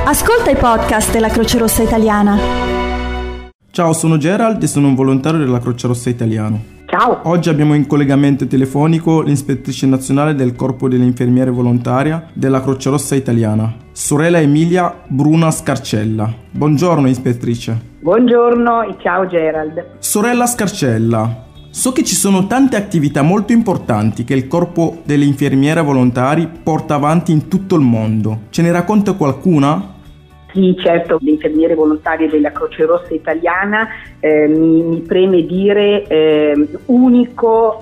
Ascolta i podcast della Croce Rossa Italiana. Ciao, sono Gerald e sono un volontario della Croce Rossa Italiana. Ciao. Oggi abbiamo in collegamento telefonico l'ispettrice nazionale del Corpo delle Infermiere Volontaria della Croce Rossa Italiana, sorella Emilia Bruna Scarcella. Buongiorno, ispettrice. Buongiorno e ciao Gerald. Sorella Scarcella, so che ci sono tante attività molto importanti che il Corpo delle Infermiere Volontari porta avanti in tutto il mondo. Ce ne racconta qualcuna? Sì, certo, le infermiere volontarie della Croce Rossa Italiana mi preme dire unico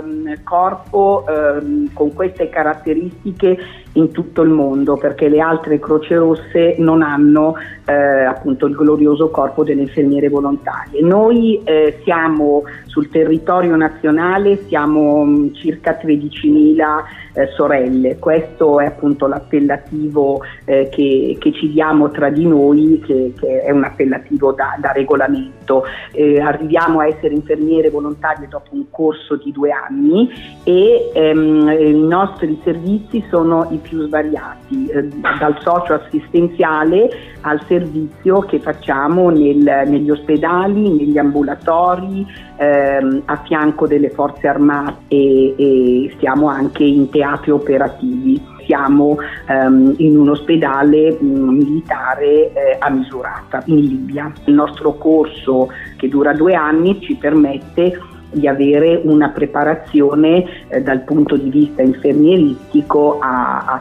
corpo con queste caratteristiche in tutto il mondo, perché le altre Croce Rosse non hanno appunto il glorioso corpo delle infermiere volontarie. Noi siamo sul territorio nazionale, siamo circa 13.000 sorelle. Questo è appunto l'appellativo che ci diamo tra di noi, che è un appellativo da regolamento. Arriviamo a essere infermiere volontarie dopo un corso di 2 anni e i nostri servizi sono i più svariati, dal socio-assistenziale al servizio che facciamo negli ospedali, negli ambulatori, a fianco delle forze armate e siamo anche in teatri operativi. Siamo in un ospedale militare a Misurata, in Libia. Il nostro corso, che dura 2 anni, ci permette di avere una preparazione dal punto di vista infermieristico a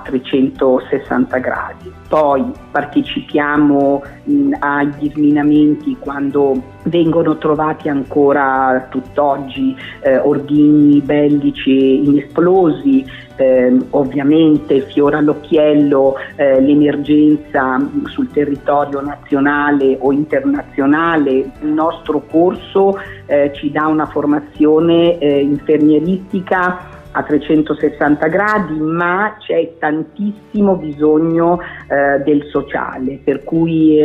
360 gradi. Poi partecipiamo agli sminamenti quando vengono trovati ancora tutt'oggi ordigni bellici inesplosi. Ovviamente fiora all'occhiello l'emergenza sul territorio nazionale o internazionale. Il nostro corso ci dà una formazione infermieristica a 360 gradi, ma c'è tantissimo bisogno del sociale, per cui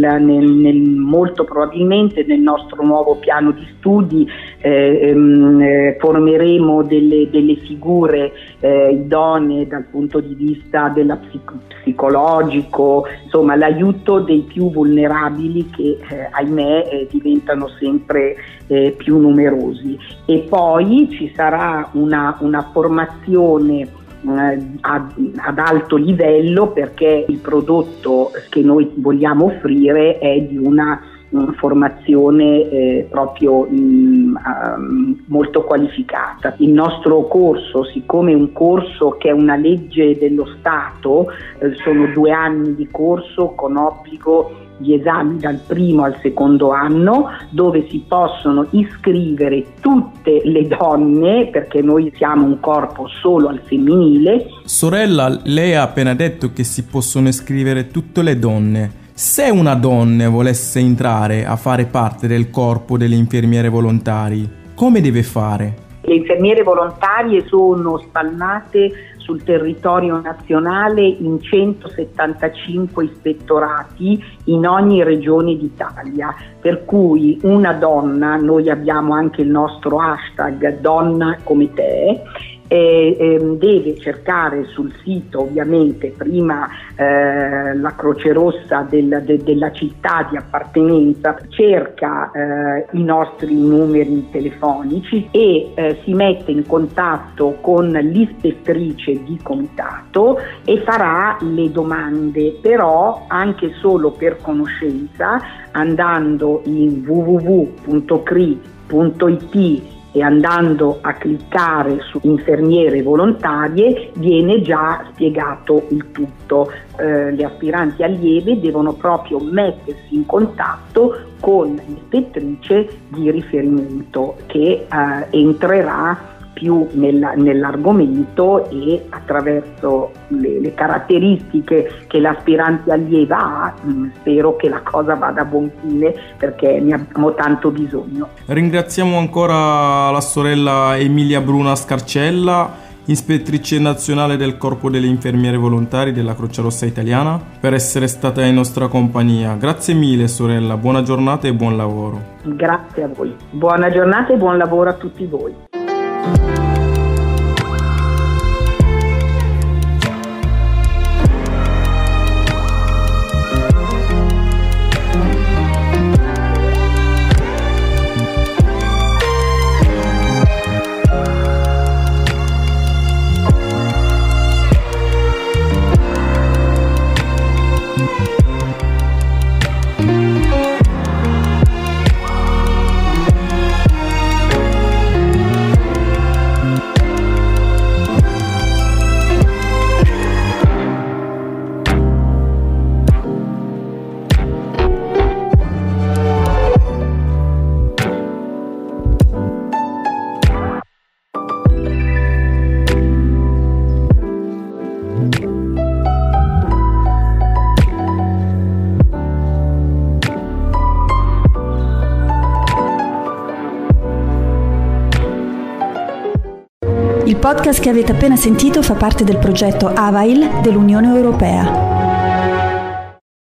molto probabilmente nel nostro nuovo piano di studi formeremo delle figure idonee dal punto di vista della psicologico, insomma l'aiuto dei più vulnerabili che ahimè diventano sempre più numerosi. E poi ci sarà una formazione ad alto livello, perché il prodotto che noi vogliamo offrire è di una formazione proprio molto qualificata. Il nostro corso, siccome è un corso che è una legge dello Stato, sono 2 anni di corso con obbligo di esami dal primo al secondo anno, dove si possono iscrivere tutte le donne, perché noi siamo un corpo solo al femminile. Sorella, lei ha appena detto che si possono iscrivere tutte le donne. Se una donna volesse entrare a fare parte del corpo delle infermiere volontari, come deve fare? Le infermiere volontarie sono spalmate sul territorio nazionale in 175 ispettorati in ogni regione d'Italia, per cui una donna, noi abbiamo anche il nostro hashtag Donna come te, deve cercare sul sito ovviamente prima la Croce Rossa della città di appartenenza, cerca i nostri numeri telefonici e si mette in contatto con l'ispettrice di comitato e farà le domande, però anche solo per conoscenza, andando in www.cri.it e andando a cliccare su infermiere volontarie viene già spiegato il tutto. Le aspiranti allieve devono proprio mettersi in contatto con l'ispettrice di riferimento che entrerà più nell'argomento e attraverso le caratteristiche che l'aspirante allieva ha, spero che la cosa vada a buon fine, perché ne abbiamo tanto bisogno. Ringraziamo ancora la sorella Emilia Bruna Scarcella, ispettrice nazionale del Corpo delle Infermiere Volontari della Croce Rossa Italiana, per essere stata in nostra compagnia. Grazie mille sorella, buona giornata e buon lavoro. Grazie a voi, buona giornata e buon lavoro a tutti voi. podcast che avete appena sentito fa parte del progetto AVAIL dell'Unione Europea.